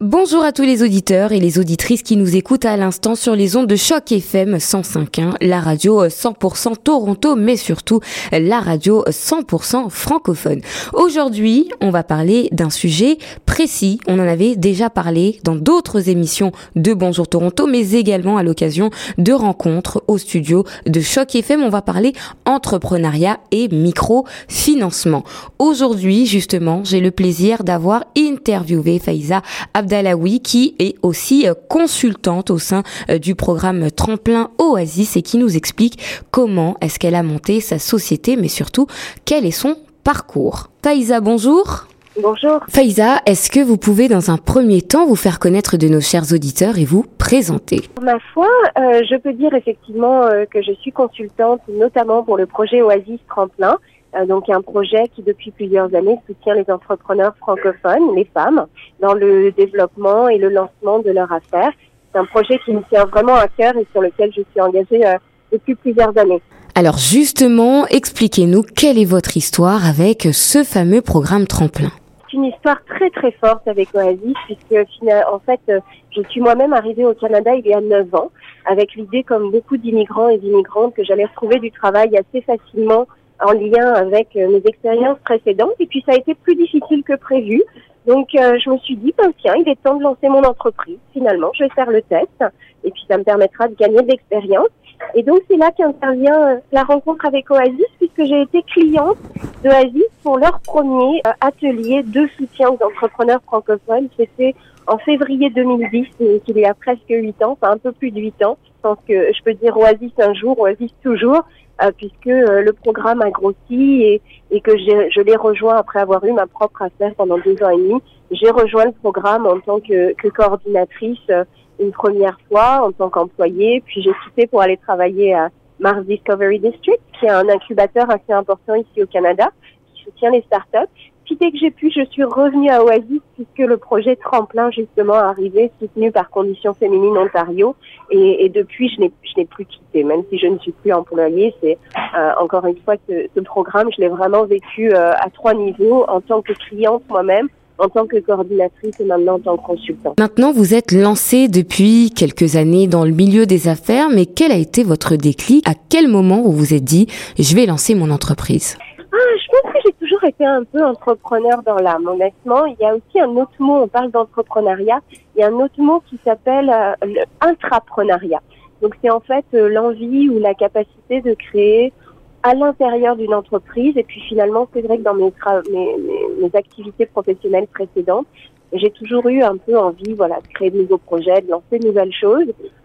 Bonjour à tous les auditeurs et les auditrices qui nous écoutent à l'instant sur les ondes de Choc FM 105.1, la radio 100% Toronto, mais surtout la radio 100% francophone. Aujourd'hui, on va parler d'un sujet précis. On en avait déjà parlé dans d'autres émissions de Bonjour Toronto, mais également à l'occasion de rencontres au studio de Choc FM. On va parler entrepreneuriat et microfinancement. Aujourd'hui, justement, j'ai le plaisir d'avoir interviewé Faiza Abdallaoui, qui est aussi consultante au sein du programme Tremplin Oasis et qui nous explique comment est-ce qu'elle a monté sa société, mais surtout, quel est son parcours. Faiza, bonjour. Bonjour. Faiza, est-ce que vous pouvez dans un premier temps vous faire connaître de nos chers auditeurs et vous présenter? Ma foi, je peux dire effectivement que je suis consultante notamment pour le projet Oasis Tremplin. Donc un projet qui depuis plusieurs années soutient les entrepreneurs francophones, les femmes, dans le développement et le lancement de leurs affaires. C'est un projet qui me tient vraiment à cœur et sur lequel je suis engagée depuis plusieurs années. Alors justement, expliquez-nous quelle est votre histoire avec ce fameux programme Tremplin. C'est une histoire très très forte avec Oasis puisque en fait je suis moi-même arrivée au Canada il y a 9 ans avec l'idée, comme beaucoup d'immigrants et d'immigrantes, que j'allais retrouver du travail assez facilement en lien avec mes expériences précédentes, et puis ça a été plus difficile que prévu. Donc je me suis dit, tiens, il est temps de lancer mon entreprise. Finalement, je vais faire le test, et puis ça me permettra de gagner de l'expérience. Et donc c'est là qu'intervient la rencontre avec Oasis, puisque j'ai été cliente d'Oasis pour leur premier atelier de soutien aux entrepreneurs francophones. C'était en février 2010, donc il y a presque 8 ans, enfin un peu plus de 8 ans. Je pense que je peux dire Oasis un jour, Oasis toujours, puisque le programme a grossi et que je l'ai rejoint après avoir eu ma propre affaire pendant 2 ans et demi. J'ai rejoint le programme en tant que coordinatrice une première fois, en tant qu'employée, puis j'ai quitté pour aller travailler à Mars Discovery District, qui est un incubateur assez important ici au Canada, qui soutient les startups. Puis dès que j'ai pu, je suis revenue à Oasis puisque le projet Tremplin justement est arrivé, soutenu par Conditions Féminines Ontario, et depuis je n'ai plus quitté, même si je ne suis plus employée. C'est encore une fois ce programme, je l'ai vraiment vécu à 3 niveaux, en tant que cliente moi-même, en tant que coordinatrice et maintenant en tant que consultante. Maintenant, vous êtes lancée depuis quelques années dans le milieu des affaires, mais quel a été votre déclic? À quel moment vous vous êtes dit « je vais lancer mon entreprise » ? Je pense que j'ai toujours été un peu entrepreneur dans l'âme, honnêtement. Il y a aussi un autre mot, on parle d'entrepreneuriat, il y a un autre mot qui s'appelle l'intrapreneuriat. Donc c'est en fait l'envie ou la capacité de créer à l'intérieur d'une entreprise. Et puis finalement, c'est vrai que dans mes activités professionnelles précédentes, j'ai toujours eu un peu envie, de créer de nouveaux projets, de lancer de nouvelles choses.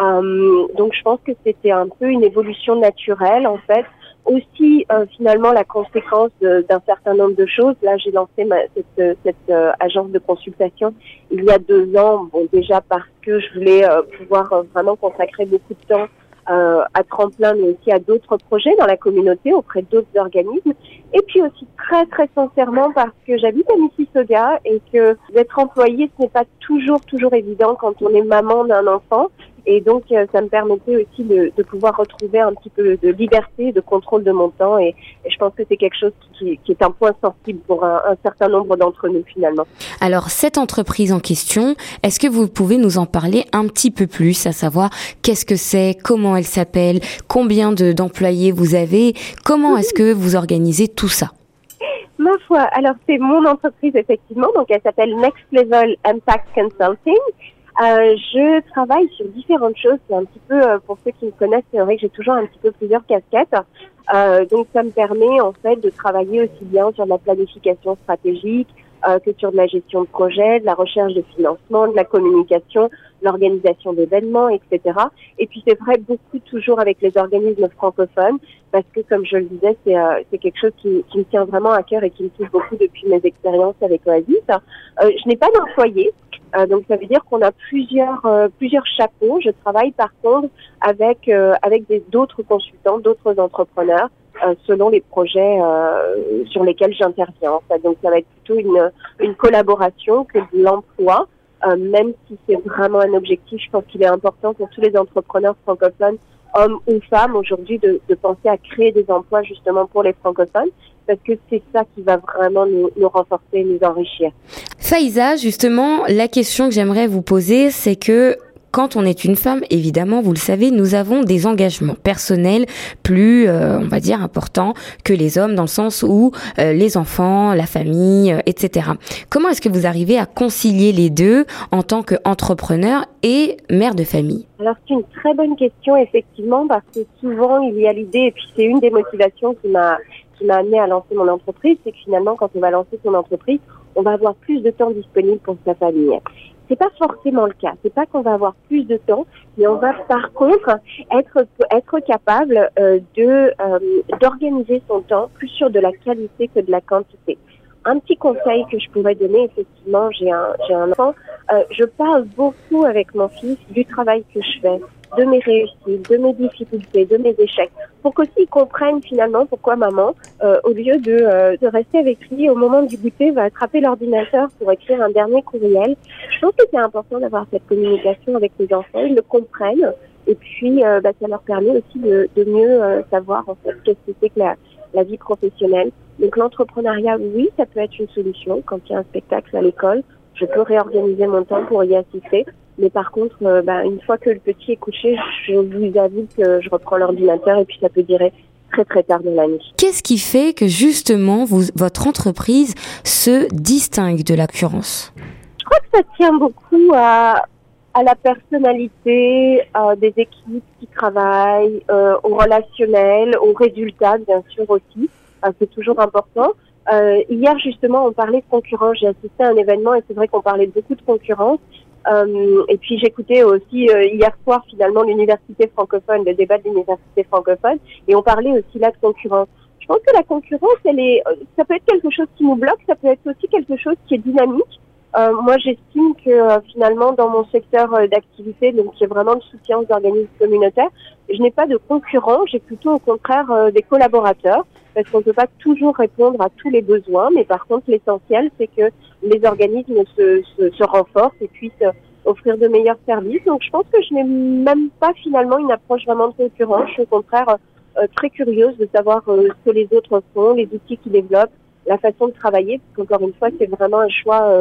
Donc je pense que c'était un peu une évolution naturelle, en fait. Aussi, finalement, la conséquence d'un certain nombre de choses. Là, j'ai lancé cette agence de consultation il y a 2 ans. Bon, déjà parce que je voulais pouvoir vraiment consacrer beaucoup de temps à Tremplin, mais aussi à d'autres projets dans la communauté, auprès d'autres organismes. Et puis aussi très, très sincèrement parce que j'habite à Mississauga et que d'être employée, ce n'est pas toujours évident quand on est maman d'un enfant. Et donc, ça me permettait aussi de pouvoir retrouver un petit peu de liberté, de contrôle de mon temps. Et je pense que c'est quelque chose qui est un point sensible pour un certain nombre d'entre nous, finalement. Alors, cette entreprise en question, est-ce que vous pouvez nous en parler un petit peu plus, à savoir qu'est-ce que c'est, comment elle s'appelle, combien d'employés vous avez, comment est-ce que vous organisez tout ça? Ma foi, alors c'est mon entreprise, effectivement. Donc, elle s'appelle Next Level Impact Consulting. Je travaille sur différentes choses. C'est un petit peu, pour ceux qui me connaissent, c'est vrai que j'ai toujours un petit peu plusieurs casquettes. Donc ça me permet en fait de travailler aussi bien sur de la planification stratégique que sur de la gestion de projet, de la recherche de financement, de la communication, l'organisation d'événements, etc. Et puis c'est vrai beaucoup toujours avec les organismes francophones parce que comme je le disais, c'est quelque chose qui me tient vraiment à cœur et qui me touche beaucoup depuis mes expériences avec Oasis. Je n'ai pas d'employés. Donc ça veut dire qu'on a plusieurs chapeaux. Je travaille par contre avec d'autres consultants, d'autres entrepreneurs selon les projets sur lesquels j'interviens. En fait. Donc ça va être plutôt une collaboration que de l'emploi, même si c'est vraiment un objectif. Je pense qu'il est important pour tous les entrepreneurs francophones, hommes ou femmes aujourd'hui, de penser à créer des emplois justement pour les francophones, parce que c'est ça qui va vraiment nous renforcer, nous enrichir. Faiza, justement, la question que j'aimerais vous poser, c'est que quand on est une femme, évidemment, vous le savez, nous avons des engagements personnels plus, on va dire, importants que les hommes, dans le sens où les enfants, la famille, etc. Comment est-ce que vous arrivez à concilier les deux en tant qu'entrepreneur et mère de famille? Alors c'est une très bonne question, effectivement, parce que souvent il y a l'idée, et puis c'est une des motivations qui m'a amené à lancer mon entreprise, c'est que finalement quand on va lancer son entreprise, on va avoir plus de temps disponible pour sa famille. C'est pas forcément le cas. C'est pas qu'on va avoir plus de temps, mais on va par contre être capable d'organiser son temps plus sur de la qualité que de la quantité. Un petit conseil que je pourrais donner, effectivement, j'ai un enfant, je parle beaucoup avec mon fils du travail que je fais, de mes réussites, de mes difficultés, de mes échecs, pour qu'aussi ils comprennent finalement pourquoi maman, au lieu de rester avec lui au moment du goûter, va attraper l'ordinateur pour écrire un dernier courriel. Je pense que c'est important d'avoir cette communication avec les enfants, ils le comprennent, et puis ça leur permet aussi de mieux savoir en fait qu'est-ce que c'est que la vie professionnelle. Donc l'entrepreneuriat, oui, ça peut être une solution. Quand il y a un spectacle à l'école, je peux réorganiser mon temps pour y assister. Mais par contre, une fois que le petit est couché, je vous avoue que je reprends l'ordinateur et puis ça peut durer très très tard dans la nuit. Qu'est-ce qui fait que justement votre entreprise se distingue de la concurrence? Je crois que ça tient beaucoup à la personnalité des équipes qui travaillent, au relationnel, aux résultats bien sûr aussi. C'est toujours important. Hier justement, on parlait de concurrence. J'ai assisté à un événement et c'est vrai qu'on parlait beaucoup de concurrence. Et puis j'écoutais aussi hier soir finalement l'université francophone, le débat de l'université francophone, et on parlait aussi là de concurrence. Je pense que la concurrence, ça peut être quelque chose qui nous bloque, ça peut être aussi quelque chose qui est dynamique. Moi, j'estime que finalement, dans mon secteur d'activité, donc qui est vraiment le soutien aux organismes communautaires, je n'ai pas de concurrents, j'ai plutôt au contraire des collaborateurs, parce qu'on ne peut pas toujours répondre à tous les besoins, mais par contre, l'essentiel, c'est que les organismes se renforcent et puissent offrir de meilleurs services. Donc, je pense que je n'ai même pas finalement une approche vraiment de concurrence. Je suis au contraire très curieuse de savoir ce que les autres font, les outils qu'ils développent, la façon de travailler, parce qu'encore une fois, c'est vraiment un choix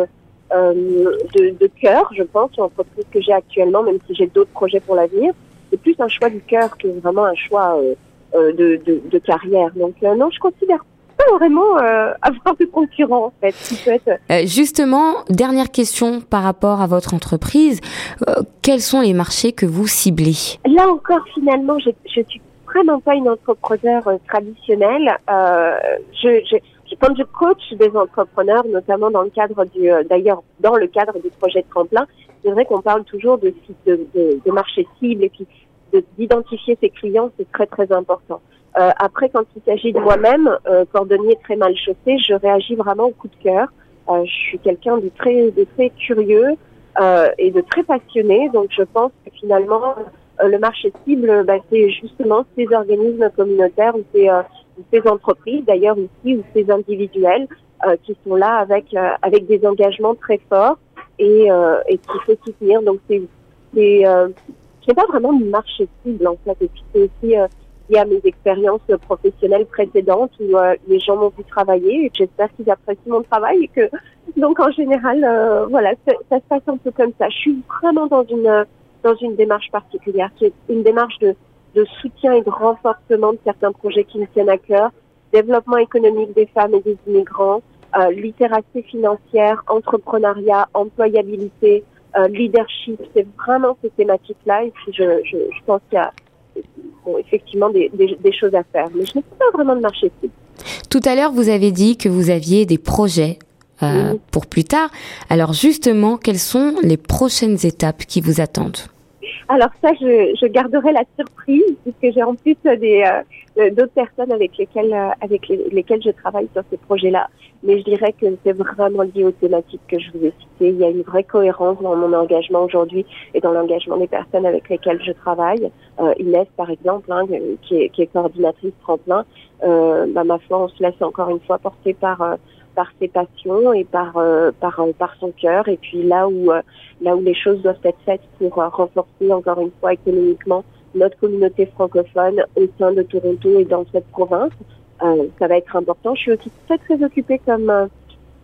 de cœur, je pense, l'entreprise que j'ai actuellement, même si j'ai d'autres projets pour l'avenir. C'est plus un choix du cœur que vraiment un choix de carrière. Donc non, je considère pas vraiment avoir de concurrent en fait. Qui peut être... Justement, dernière question par rapport à votre entreprise. Quels sont les marchés que vous ciblez? Là encore, finalement, je suis vraiment pas une entrepreneur traditionnelle. Quand je coach des entrepreneurs, notamment dans le cadre dans le cadre du projet de tremplin, c'est vrai qu'on parle toujours de marché cible et puis d'identifier ses clients, c'est très très important. Après, quand il s'agit de moi-même, cordonnier très mal chaussé, je réagis vraiment au coup de cœur. Je suis quelqu'un de très curieux et de très passionné, donc je pense que finalement le marché cible, c'est justement ces organismes communautaires ou ces entreprises d'ailleurs aussi ou ces individuels qui sont là avec des engagements très forts et qu'il faut soutenir. Donc c'est pas vraiment une marché cible en fait. Et puis c'est aussi lié à mes expériences professionnelles précédentes où les gens m'ont vu travailler et j'espère qu'ils apprécient mon travail et que donc en général voilà ça se passe un peu comme ça. Je suis vraiment dans une démarche particulière qui est une démarche de soutien et de renforcement de certains projets qui me tiennent à cœur, développement économique des femmes et des immigrants, littératie financière, entrepreneuriat, employabilité, leadership, c'est vraiment ces thématiques-là et puis je pense qu'il y a effectivement des choses à faire. Mais je n'ai pas vraiment de marché cible. Tout à l'heure, vous avez dit que vous aviez des projets pour plus tard. Alors justement, quelles sont les prochaines étapes qui vous attendent? Alors ça, je garderai la surprise puisque j'ai en plus d'autres personnes avec lesquelles je travaille sur ces projets-là. Mais je dirais que c'est vraiment lié aux thématiques que je vous ai citées. Il y a une vraie cohérence dans mon engagement aujourd'hui et dans l'engagement des personnes avec lesquelles je travaille. Inès, par exemple, qui est coordinatrice tremplin, ma foi, on se laisse encore une fois porter par ses passions et par son cœur. Et puis là où les choses doivent être faites pour renforcer encore une fois économiquement notre communauté francophone au sein de Toronto et dans cette province, ça va être important. Je suis aussi très très occupée comme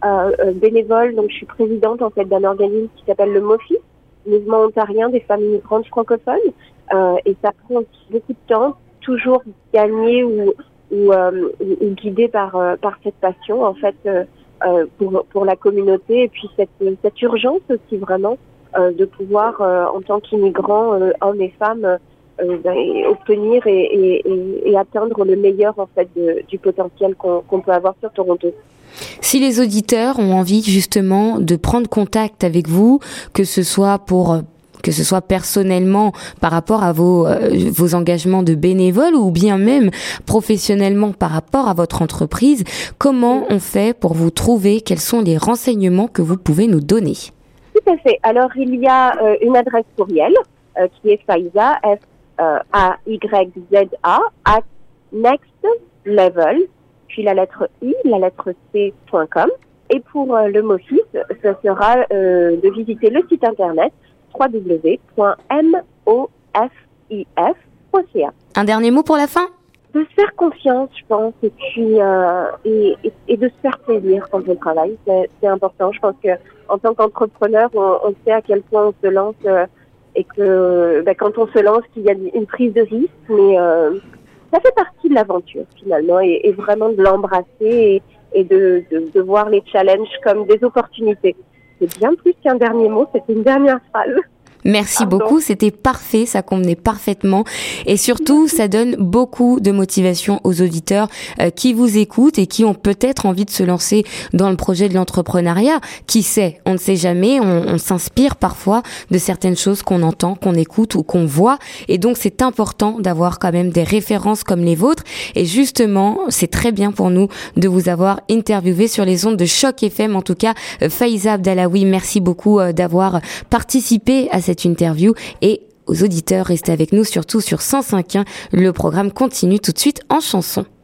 bénévole, donc je suis présidente en fait d'un organisme qui s'appelle le MOFI, Mouvement ontarien des femmes immigrantes francophones, et ça prend beaucoup de temps, toujours gagné ou guidé par cette passion en fait pour la communauté, et puis cette urgence aussi vraiment de pouvoir en tant qu'immigrants, hommes et femmes, obtenir et atteindre le meilleur en fait du potentiel qu'on peut avoir sur Toronto. Si les auditeurs ont envie justement de prendre contact avec vous, que ce soit personnellement par rapport à vos engagements de bénévoles ou bien même professionnellement par rapport à votre entreprise, comment on fait pour vous trouver? Quels sont les renseignements que vous pouvez nous donner? Tout à fait. Alors, il y a une adresse courriel qui est Faiza, F-A-Y-Z-A, @Next Level, puis la lettre I, la lettre C.com. Et pour le MOFIS, ce sera de visiter le site internet www.mofif.ca. Un dernier mot pour la fin? De se faire confiance, je pense, et puis et de se faire plaisir quand on travaille, c'est important. Je pense que en tant qu'entrepreneur, on sait à quel point on se lance et que quand on se lance, qu'il y a une prise de risque, mais ça fait partie de l'aventure finalement, et vraiment de l'embrasser et de voir les challenges comme des opportunités. C'est bien plus qu'un dernier mot, c'est une dernière phrase. Merci beaucoup, c'était parfait, ça convenait parfaitement et surtout ça donne beaucoup de motivation aux auditeurs qui vous écoutent et qui ont peut-être envie de se lancer dans le projet de l'entrepreneuriat. Qui sait, on ne sait jamais, on s'inspire parfois de certaines choses qu'on entend, qu'on écoute ou qu'on voit, et donc c'est important d'avoir quand même des références comme les vôtres. Et justement, c'est très bien pour nous de vous avoir interviewé sur les ondes de Choc FM. En tout cas, Faiza Abdallaoui, merci beaucoup d'avoir participé à cette interview, et aux auditeurs, restez avec nous surtout sur 105.1. Le programme continue tout de suite en chanson.